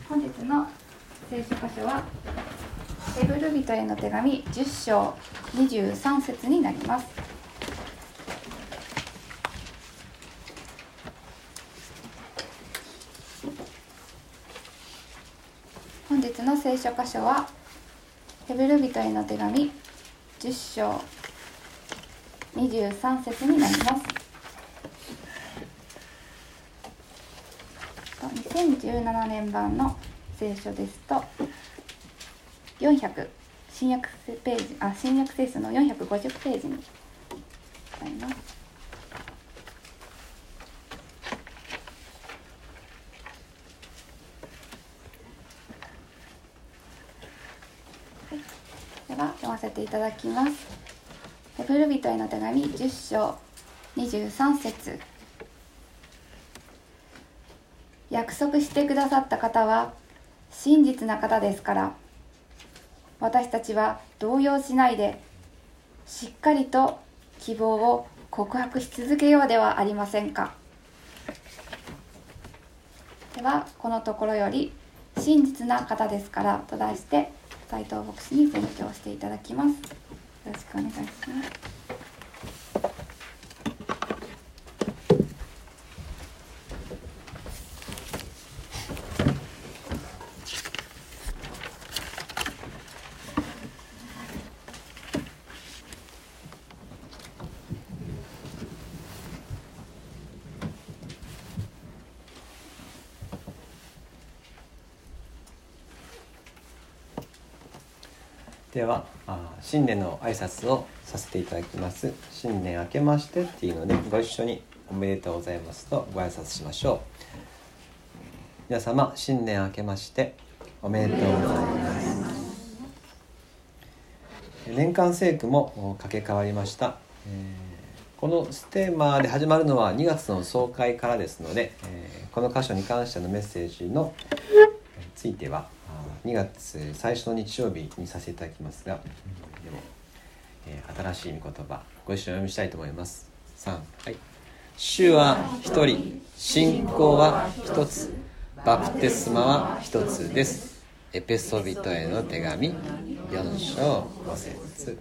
本日の聖書箇所はヘブル人への手紙10章23節になります。本日の聖書箇所はヘブル人への手紙10章23節になります。2017年版の聖書ですと400新約聖書の450ページになります。では読ませていただきます。ヘブル人への手紙10章23節。約束してくださった方は真実な方ですから、私たちは動揺しないでしっかりと希望を告白し続けようではありませんか。ではこのところより真実な方ですからと題して斉藤牧師に勉強していただきます。よろしくお願いします。 では新年の挨拶をさせていただきます。新年明けましてっていうのでご一緒におめでとうございますとご挨拶しましょう。皆様新年明けましておめでとうございます。年間聖句も掛け替わりました。このステーマで始まるのは2月の総会からですので、この箇所に関してのメッセージのついては2月最初の日曜日にさせていただきますが、でも、新しい御言葉ご一緒にお読みしたいと思います。3、はい。主は一人、信仰は一つ、バプテスマは一つです。エペソビトへの手紙4章5節。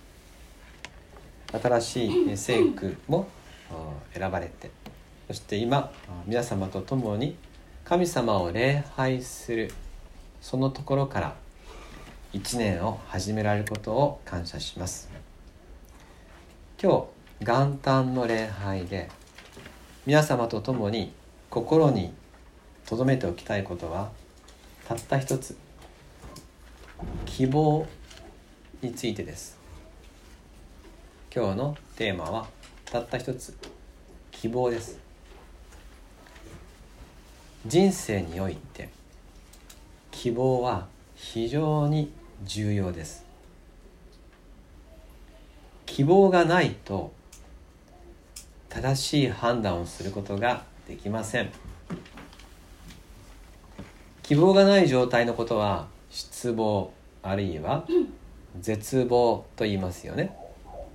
新しい聖句も選ばれて、そして今皆様と共に神様を礼拝するそのところから1年を始められることを感謝します。今日元旦の礼拝で皆様と共に心に留めておきたいことはたった一つ、希望についてです。今日のテーマはたった一つ、希望です。人生において希望は非常に重要です。希望がないと正しい判断をすることができません。希望がない状態のことは失望あるいは絶望と言いますよね。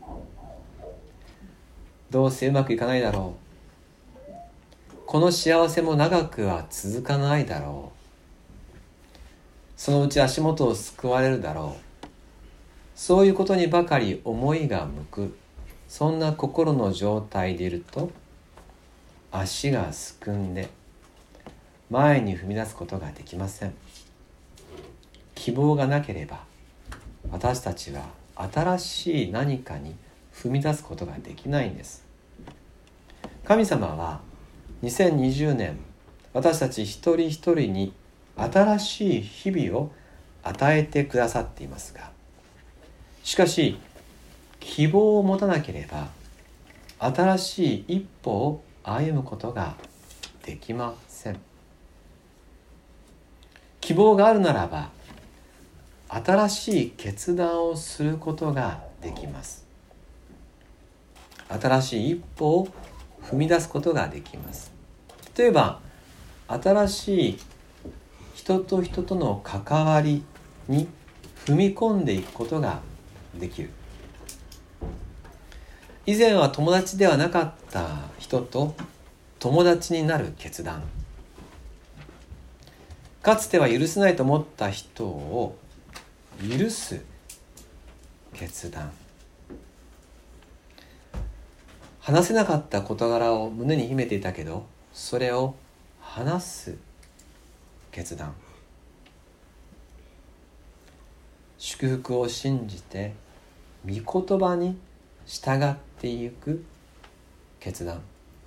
どうせうまくいかないだろう。この幸せも長くは続かないだろう。そのうち足元を救われるだろう。そういうことにばかり思いが向く、そんな心の状態でいると足がすくんで前に踏み出すことができません。希望がなければ私たちは新しい何かに踏み出すことができないんです。神様は2020年私たち一人一人に新しい日々を与えてくださっていますが、しかし希望を持たなければ新しい一歩を歩むことができません。希望があるならば新しい決断をすることができます。新しい一歩を踏み出すことができます。例えば新しい人と人との関わりに踏み込んでいくことができる。以前は友達ではなかった人と友達になる決断。 かつては許せないと思った人を許す決断、話せなかった事柄を胸に秘めていたけどそれを話す決断、祝福を信じて御言葉に従っていく決断、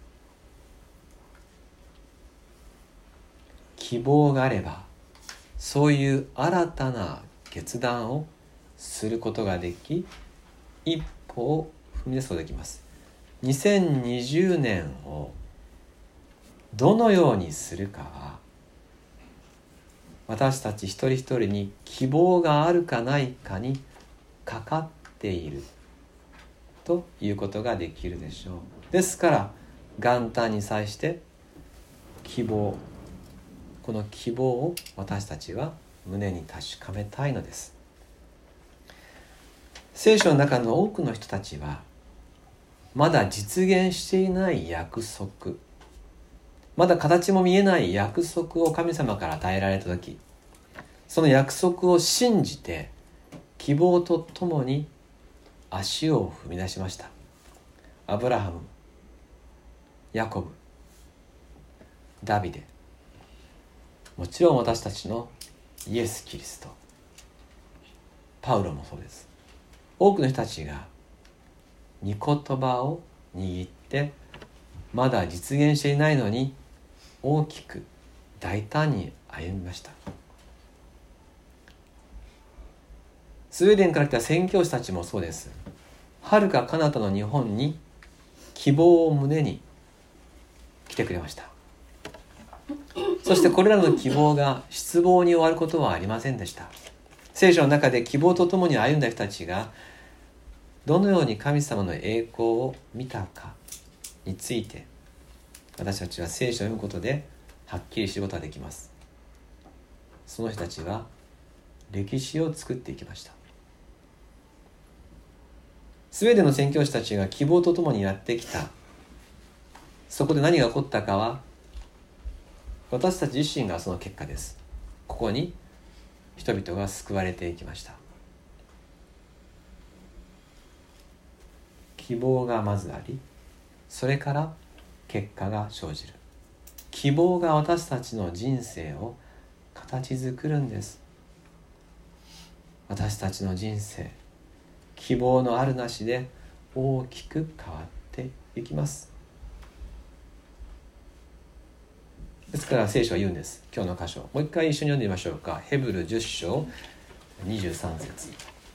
希望があればそういう新たな決断をすることができ、一歩を踏み出すことができます。2020年をどのようにするかは私たち一人一人に希望があるかないかにかかっているということができるでしょう。ですから元旦に際して希望、この希望を私たちは胸に確かめたいのです。聖書の中の多くの人たちはまだ実現していない約束、まだ形も見えない約束を神様から与えられたとき、その約束を信じて希望とともに足を踏み出しました。アブラハム、ヤコブ、ダビデ、もちろん私たちのイエス・キリスト、パウロもそうです。多くの人たちが御言葉を握ってまだ実現していないのに大きく大胆に歩みました。スウェーデンから来た宣教師たちもそうです。遥か彼方の日本に希望を胸に来てくれました。そしてこれらの希望が失望に終わることはありませんでした。聖書の中で希望とともに歩んだ人たちがどのように神様の栄光を見たかについて私たちは聖書を読むことではっきり知ることができます。その人たちは歴史を作っていきました。スウェーデンの宣教師たちが希望とともにやってきた。そこで何が起こったかは私たち自身がその結果です。ここに人々が救われていきました。希望がまずあり、それから結果が生じる。希望が私たちの人生を形作るんです。私たちの人生、希望のあるなしで大きく変わっていきます。ですから聖書は言うんです。今日の箇所もう一回一緒に読んでみましょうか。ヘブル10章23節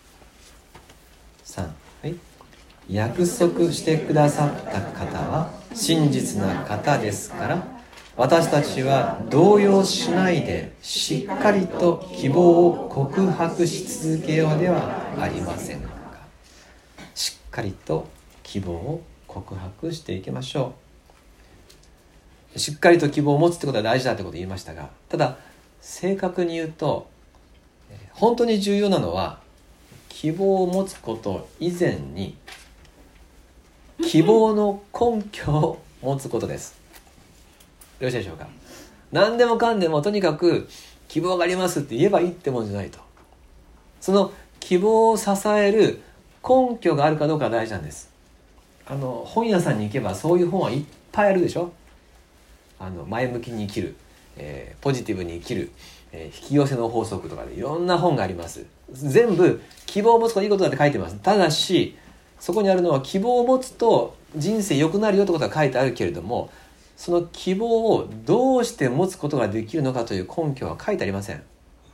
3、はい、約束してくださった方は真実な方ですから私たちは動揺しないでしっかりと希望を告白し続けようではありませんか。しっかりと希望を告白していきましょう。しっかりと希望を持つってことは大事だってことを言いましたが、ただ正確に言うと本当に重要なのは希望を持つこと以前に希望の根拠を持つことです。よろしいでしょうか。何でもかんでもとにかく希望がありますって言えばいいってもんじゃないと。その希望を支える根拠があるかどうかが大事なんです。本屋さんに行けばそういう本はいっぱいあるでしょ。前向きに生きる、ポジティブに生きる、引き寄せの法則とかでいろんな本があります。全部希望を持つこといいことだって書いてます。ただしそこにあるのは希望を持つと人生良くなるよってことが書いてあるけれども、その希望をどうして持つことができるのかという根拠は書いてありません。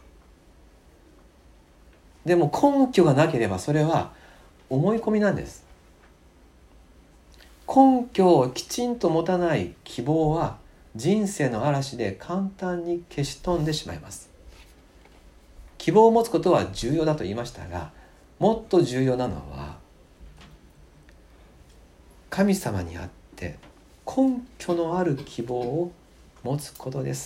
でも根拠がなければそれは思い込みなんです。根拠をきちんと持たない希望は人生の嵐で簡単に消し飛んでしまいます。希望を持つことは重要だと言いましたが、もっと重要なのは神様にあって根拠のある希望を持つことです。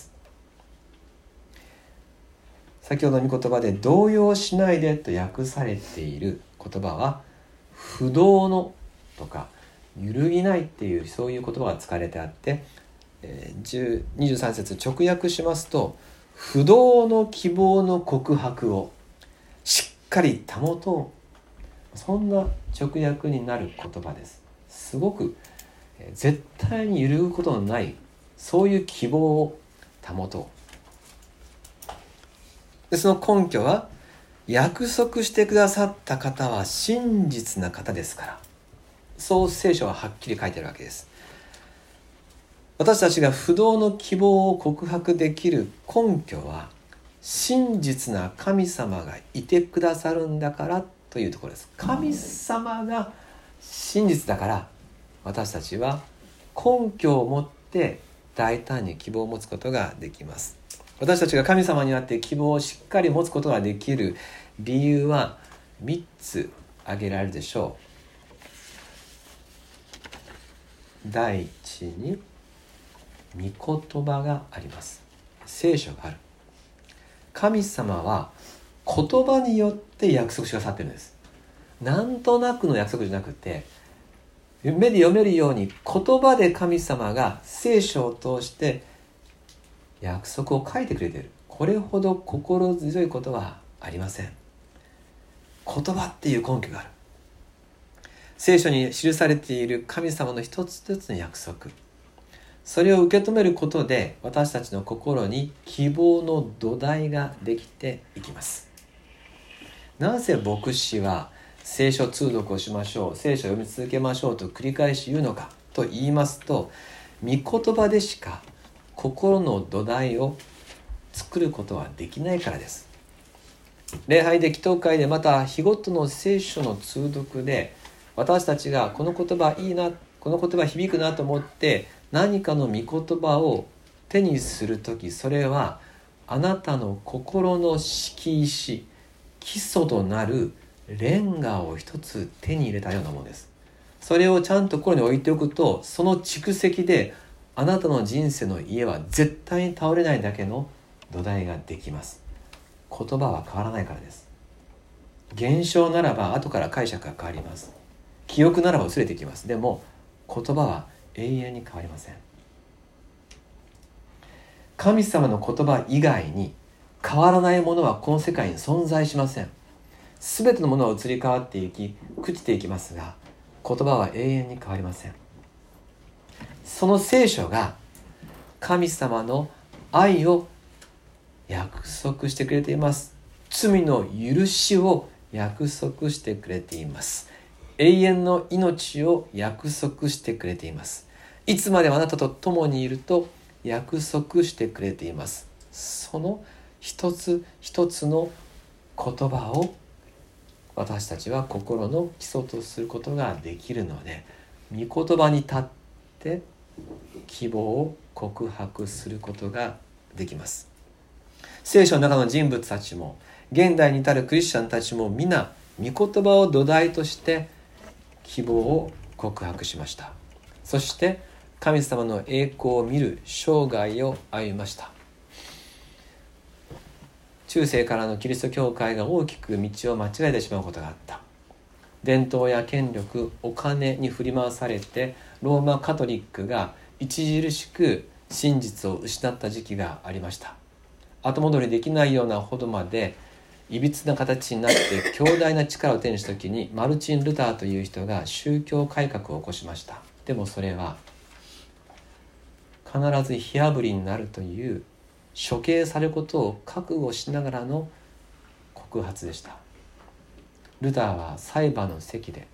先ほどの御言葉で動揺しないでと訳されている言葉は不動のとか揺るぎないっていうそういう言葉が使われてあって、23節直訳しますと不動の希望の告白をしっかり保とう、そんな直訳になる言葉です。すごく絶対に揺るぐことのない、そういう希望を保とう。でその根拠は、約束してくださった方は真実な方ですから、そう聖書ははっきり書いてあるわけです。私たちが不動の希望を告白できる根拠は、真実な神様がいてくださるんだからというところです。神様が真実だから、私たちは根拠を持って大胆に希望を持つことができます。私たちが神様にあって希望をしっかり持つことができる理由は3つ挙げられるでしょう。第一に、御言葉があります。聖書がある。神様は言葉によって約束してくださってるんです。なんとなくの約束じゃなくて、目で読めるように言葉で神様が聖書を通して約束を書いてくれている。これほど心強いことはありません。言葉っていう根拠がある。聖書に記されている神様の一つ一つの約束、それを受け止めることで私たちの心に希望の土台ができていきます。なぜ牧師は聖書通読をしましょう、聖書を読み続けましょうと繰り返し言うのかと言いますと、御言葉でしか心の土台を作ることはできないからです。礼拝で祈祷会で、また日ごとの聖書の通読で、私たちがこの言葉いいな、この言葉響くなと思って何かの御言葉を手にするとき、それはあなたの心の敷石、基礎となるレンガを一つ手に入れたようなものです。それをちゃんと心に置いておくと、その蓄積であなたの人生の家は絶対に倒れないだけの土台ができます。言葉は変わらないからです。現象ならば後から解釈が変わります。記憶ならば薄れてきます。でも言葉は永遠に変わりません。神様の言葉以外に変わらないものはこの世界に存在しません。すべてのものは移り変わっていき、朽ちていきますが、言葉は永遠に変わりません。その聖書が神様の愛を約束してくれています。罪の許しを約束してくれています。永遠の命を約束してくれています。いつまでもあなたと共にいると約束してくれています。その一つ一つの言葉を私たちは心の基礎とすることができるので、御言葉に立って希望を告白することができます。聖書の中の人物たちも、現代に至るクリスチャンたちも、皆御言葉を土台として希望を告白しました。そして神様の栄光を見る生涯を歩みました。中世からのキリスト教会が大きく道を間違えてしまうことがあった。伝統や権力、お金に振り回されて、ローマカトリックが著しく真実を失った時期がありました。後戻りできないようなほどまでいびつな形になって強大な力を手にした時に、マルチン・ルターという人が宗教改革を起こしました。でもそれは必ず火あぶりになるという、処刑されることを覚悟しながらの告発でした。ルターは裁判の席で、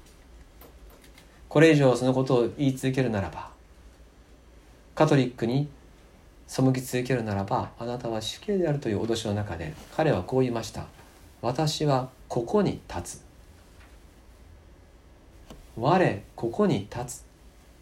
これ以上そのことを言い続けるならば、カトリックに背き続けるならば、あなたは死刑であるという脅しの中で、彼はこう言いました。私はここに立つ。我ここに立つ。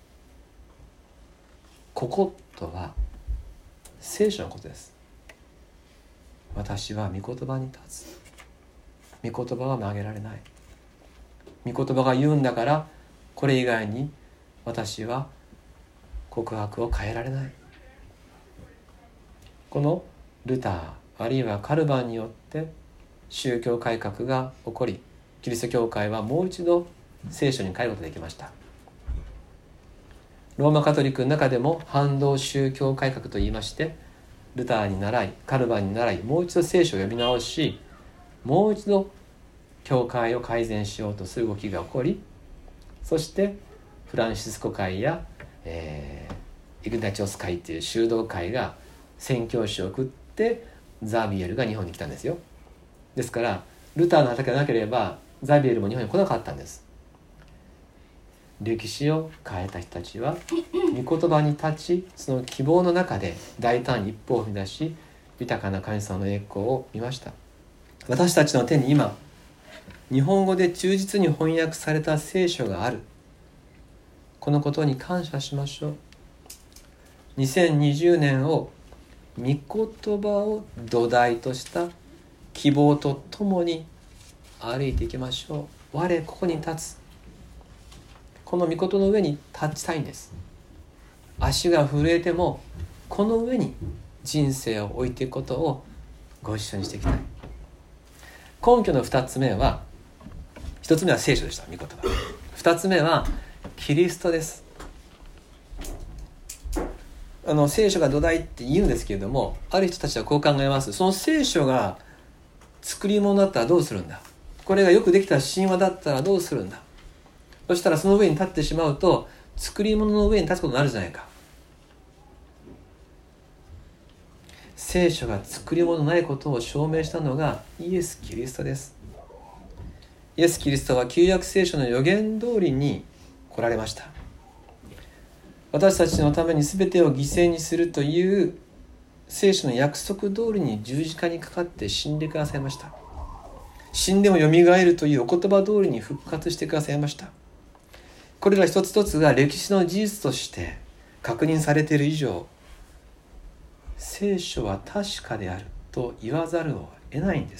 こことは聖書のことです。私は御言葉に立つ。御言葉は曲げられない。御言葉が言うんだから、これ以外に私は告白を変えられない。このルター、あるいはカルバンによって宗教改革が起こり、キリスト教会はもう一度聖書に変えることができました。ローマカトリックの中でも反動宗教改革といいまして、 ルターに習いカルバンに習い、もう一度聖書を読み直し、もう一度教会を改善しようとする動きが起こり、そしてフランシスコ会や、イグナチオス会という修道会が宣教師を送ってザビエルが日本に来たんですよ。ですからルターの働きがなければザビエルも日本に来なかったんです。歴史を変えた人たちは御言葉に立ち、その希望の中で大胆に一歩を踏み出し、豊かな神様の栄光を見ました。私たちの手に今日本語で忠実に翻訳された聖書がある。このことに感謝しましょう。2020年を御言葉を土台とした希望とともに歩いていきましょう。我ここに立つ、この御事の上に立ちたいんです。足が震えてもこの上に人生を置いていくことをご一緒にしていきたい。根拠の2つ目は、1つ目は聖書でした、御言葉。2つ目はキリストです。聖書が土台って言うんですけれども、ある人たちはこう考えます。その聖書が作り物だったらどうするんだ、これがよくできた神話だったらどうするんだ、そしたらその上に立ってしまうと作り物の上に立つことになるじゃないか。聖書が作り物ないことを証明したのがイエス・キリストです。イエス・キリストは旧約聖書の予言通りに来られました。私たちのために全てを犠牲にするという聖書の約束通りに十字架にかかって死んでくださいました。死んでもよみがえるというお言葉通りに復活してくださいました。これら一つ一つが歴史の事実として確認されている以上、聖書は確かであると言わざるを得ないんです。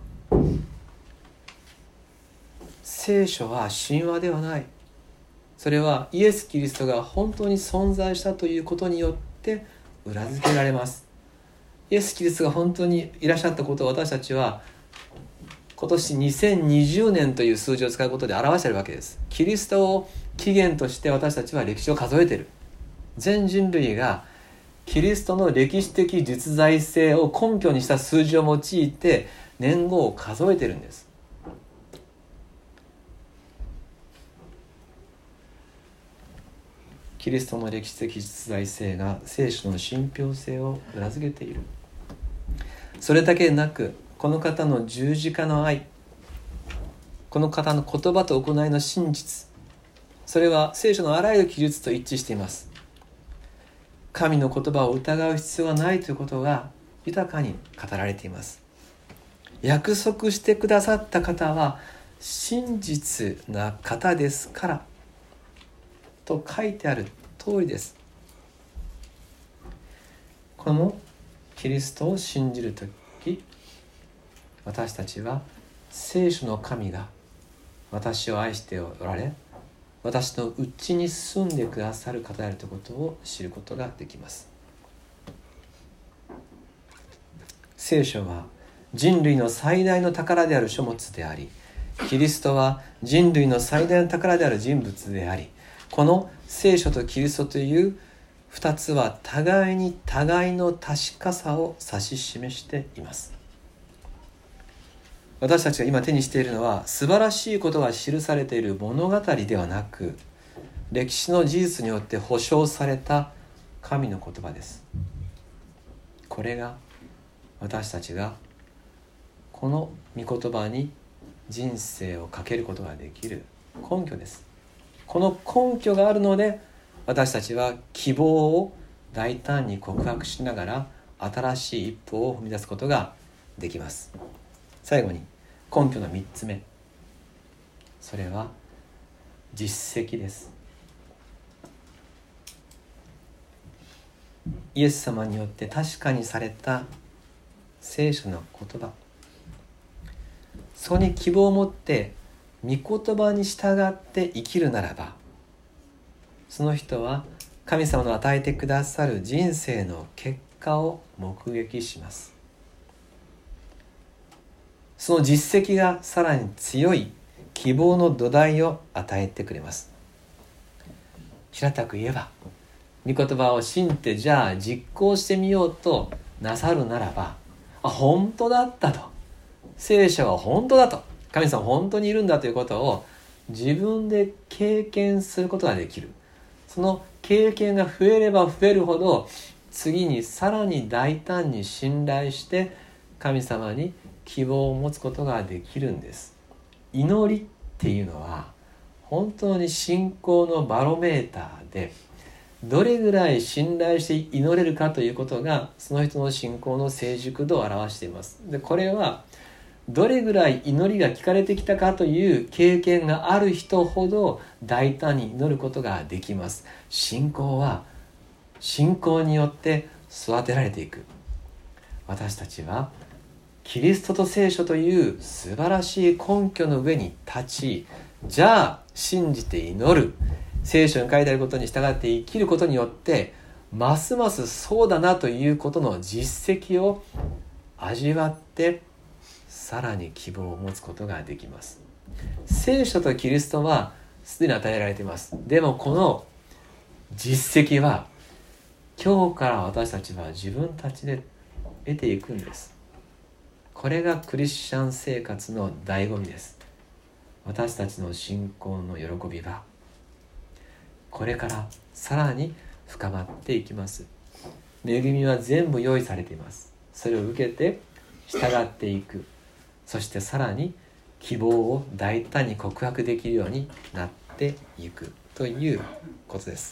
聖書は神話ではない。それはイエス・キリストが本当に存在したということによって裏付けられます。イエス・キリストが本当にいらっしゃったことを私たちは今年2020年という数字を使うことで表しているわけです。キリストを起源として私たちは歴史を数えている。全人類がキリストの歴史的実在性を根拠にした数字を用いて年号を数えているんです。キリストの歴史的実在性が聖書の信憑性を裏付けている。それだけでなく、この方の十字架の愛、この方の言葉と行いの真実、それは聖書のあらゆる記述と一致しています。神の言葉を疑う必要はないということが豊かに語られています。約束してくださった方は真実な方ですからと書いてある通りです。このキリストを信じるとき、私たちは聖書の神が私を愛しておられ、私のうちに住んでくださる方であるということを知ることができます。聖書は人類の最大の宝である書物であり、キリストは人類の最大の宝である人物であり、この聖書とキリストという2つは互いに互いの確かさを指し示しています。私たちが今手にしているのは素晴らしいことが記されている物語ではなく、歴史の事実によって保証された神の言葉です。これが私たちがこの御言葉に人生をかけることができる根拠です。この根拠があるので、私たちは希望を大胆に告白しながら新しい一歩を踏み出すことができます。最後に根拠の3つ目、それは実績です。イエス様によって確かにされた聖書の言葉、そこに希望を持って御言葉に従って生きるならば、その人は神様の与えてくださる人生の結果を目撃します。その実績がさらに強い希望の土台を与えてくれます。平たく言えば、御言葉を信じてじゃあ実行してみようとなさるならば、本当だったと、聖書は本当だと、神様本当にいるんだということを自分で経験することができる。その経験が増えれば増えるほど、次にさらに大胆に信頼して神様に希望を持つことができるんです。祈りっていうのは本当に信仰のバロメーターで、どれぐらい信頼して祈れるかということがその人の信仰の成熟度を表しています。で、これはどれぐらい祈りが聞かれてきたかという経験がある人ほど大胆に祈ることができます。信仰は信仰によって育てられていく。私たちはキリストと聖書という素晴らしい根拠の上に立ち、じゃあ信じて祈る、聖書に書いてあることに従って生きることによって、ますますそうだなということの実績を味わって、さらに希望を持つことができます。聖書とキリストはすでに与えられています。でもこの実績は今日から私たちは自分たちで得ていくんです。これがクリスチャン生活の醍醐味です。私たちの信仰の喜びはこれからさらに深まっていきます。恵みは全部用意されています。それを受けて従っていく。そしてさらに希望を大胆に告白できるようになっていくということです。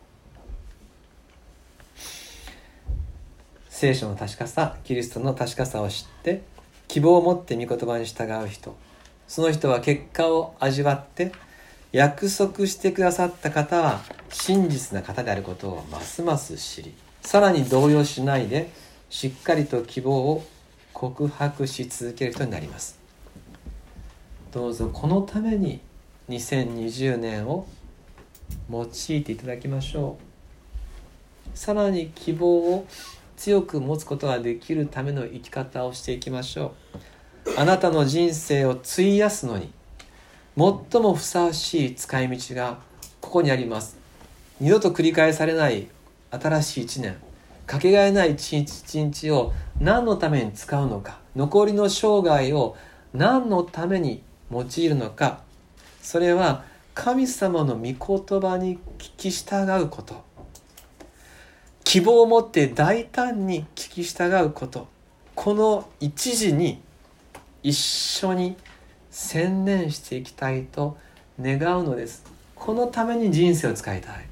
聖書の確かさ、キリストの確かさを知って希望を持って御言葉に従う人、その人は結果を味わって、約束してくださった方は真実な方であることをますます知り、さらに動揺しないでしっかりと希望を告白し続ける人になります。どうぞこのために2020年を用いていただきましょう。さらに希望を強く持つことができるための生き方をしていきましょう。あなたの人生を費やすのに最もふさわしい使い道がここにあります。二度と繰り返されない新しい一年、かけがえない一日一日を何のために使うのか、残りの生涯を何のために用いるのか、それは神様の御言葉に聞き従うこと、希望を持って大胆に聞き従うこと、この一時に一緒に専念していきたいと願うのです。このために人生を使いたい。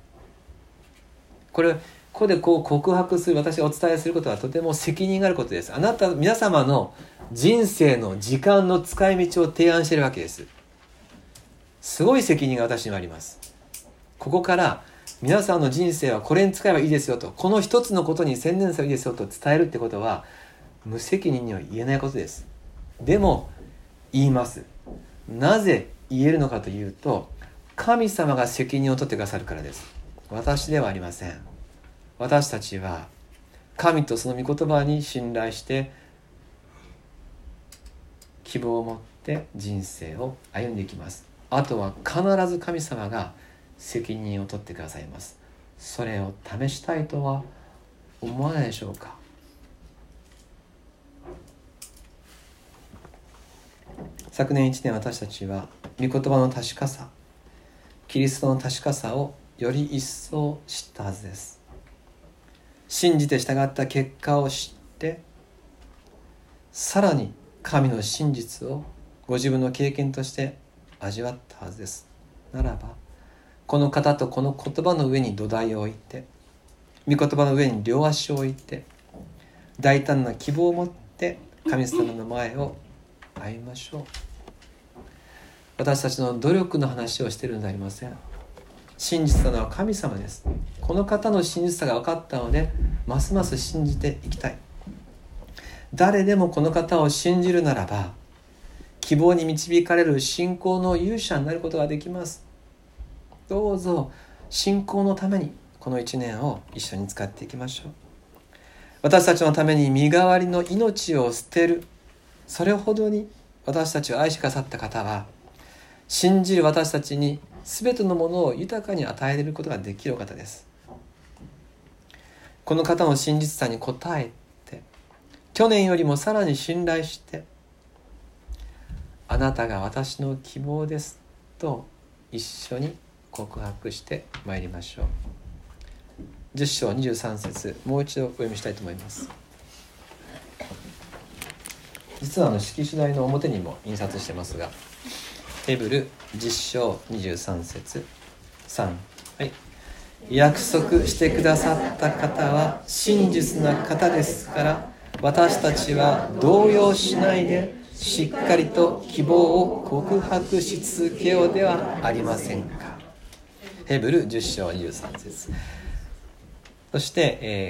ここで告白する、私がお伝えすることはとても責任があることです。皆様の人生の時間の使い道を提案しているわけです。すごい責任が私にはあります。ここから皆さんの人生はこれに使えばいいですよと、この一つのことに専念すればいいですよと伝えるってことは無責任には言えないことです。でも言います。なぜ言えるのかというと、神様が責任を取ってくださるからです。私ではありません。私たちは神とその御言葉に信頼して希望を持って人生を歩んでいきます。あとは必ず神様が責任を取ってくださいます。それを試したいとは思わないでしょうか。昨年1年私たちは御言葉の確かさ、キリストの確かさをより一層知ったはずです。信じて従った結果を知って、さらに神の真実をご自分の経験として味わったはずです。ならばこの方とこの言葉の上に土台を置いて、御言葉の上に両足を置いて、大胆な希望を持って神様の前を歩みましょう。私たちの努力の話をしているのではありません。真実なのは神様です。この方の真実さが分かったので、ますます信じていきたい。誰でもこの方を信じるならば、希望に導かれる信仰の勇者になることができます。どうぞ信仰のためにこの1年を一緒に使っていきましょう。私たちのために身代わりの命を捨てる、それほどに私たちを愛してくださった方は、信じる私たちに全てのものを豊かに与えることができるお方です。 この方の真実さに応えて、去年よりもさらに信頼して、あなたが私の希望ですと一緒に告白してまいりましょう。10章23節、もう一度お読みしたいと思います。実は式種台の表にも印刷してますが、ヘブル10章23節3、はい、約束してくださった方は真実な方ですから、私たちは動揺しないでしっかりと希望を告白し続けようではありませんか。ヘブル10章23節。そして、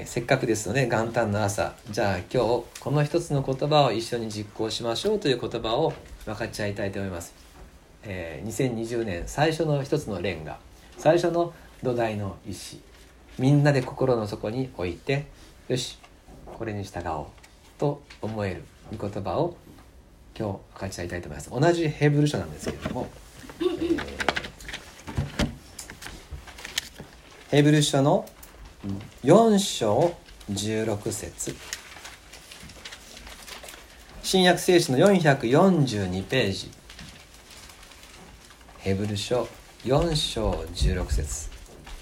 せっかくですので元旦の朝、じゃあ今日この一つの言葉を一緒に実行しましょうという言葉を分かち合いたいと思います。2020年最初の一つのレンガ、最初の土台の石、みんなで心の底に置いて、よしこれに従おうと思える御言葉を今日分かち合いたいと思います。同じヘブル書なんですけれども、ヘブル書の4章16節、新約聖書の442ページ、ヘブル書4章16節。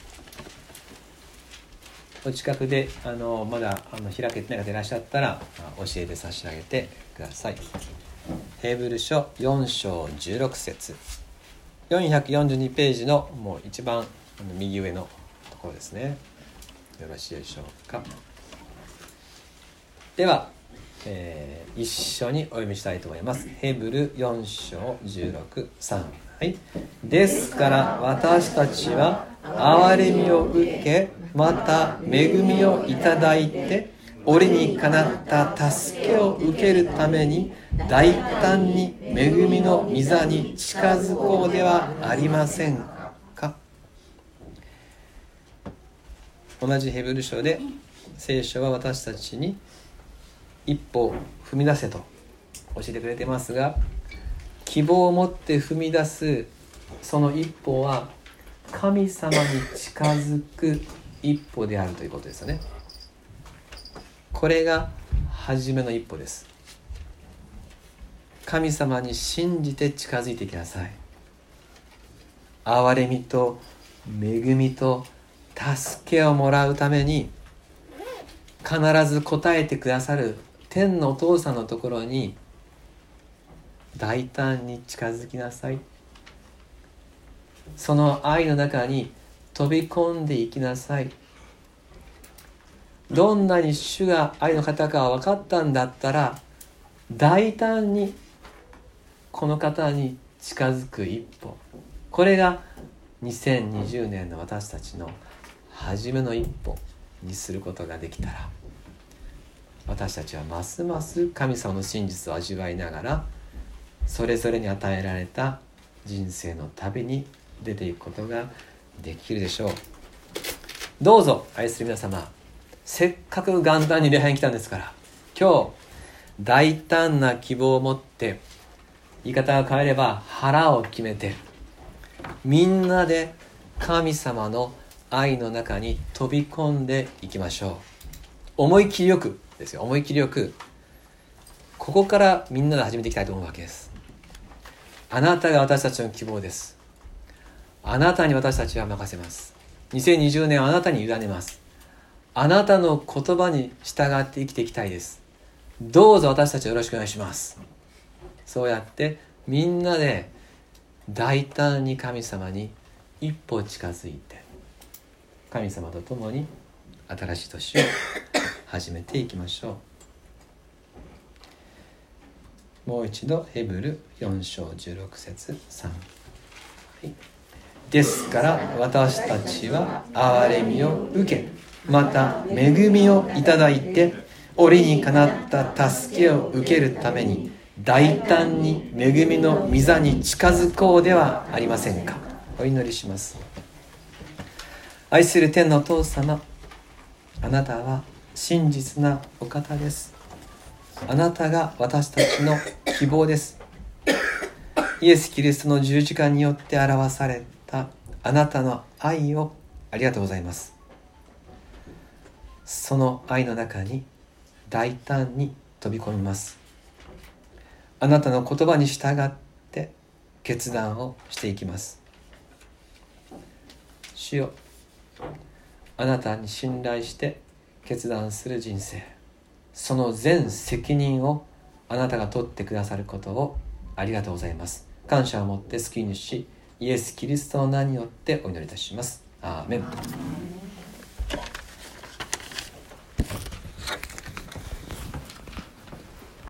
お近くでまだ開けてない方いらっしゃったら教えて差し上げてください。ヘブル書4章16節、442ページのもう一番右上のところですね。よろしいでしょうか。では、一緒にお読みしたいと思います。ヘブル4章16、3、はい。ですから私たちは憐れみを受け、また恵みをいただいて、折にかなった助けを受けるために大胆に恵みの御座に近づこうではありませんか。同じヘブル書で聖書は私たちに一歩踏み出せと教えてくれてますが、希望を持って踏み出すその一歩は神様に近づく一歩であるということですよね。これが初めの一歩です。神様に信じて近づいていきなさい。憐れみと恵みと助けをもらうために必ず応えてくださる天のお父さんのところに大胆に近づきなさい。その愛の中に飛び込んでいきなさい。どんなに主が愛の方か分かったんだったら、大胆にこの方に近づく一歩、これが2020年の私たちの初めの一歩にすることができたら、私たちはますます神様の真実を味わいながら、それぞれに与えられた人生の旅に出ていくことができるでしょう。どうぞ愛する皆様、せっかく元旦に礼拝に来たんですから、今日大胆な希望を持って、言い方を変えれば腹を決めて、みんなで神様の愛の中に飛び込んでいきましょう。思い切りよくですよ。思い切りよくここからみんなで始めていきたいと思うわけです。あなたが私たちの希望です。あなたに私たちは任せます。2020年はあなたに委ねます。あなたの言葉に従って生きていきたいです。どうぞ私たちよろしくお願いします。そうやってみんなで大胆に神様に一歩近づいて、神様と共に新しい年を始めていきましょう。もう一度ヘブル4章16節3、はい。ですから私たちは憐れみを受け、また恵みをいただいて、折にかなった助けを受けるために大胆に恵みの御座に近づこうではありませんか。お祈りします。愛する天のお父様、あなたは真実なお方です。あなたが私たちの希望です。イエス・キリストの十字架によって表されたあなたの愛をありがとうございます。 その愛の中に大胆に飛び込みます。あなたの言葉に従って決断をしていきます。主よ、あなたに信頼して決断する人生、その全責任をあなたが取ってくださることをありがとうございます。感謝を持って救い主イエス・キリストの名によってお祈りいたします。アーメン。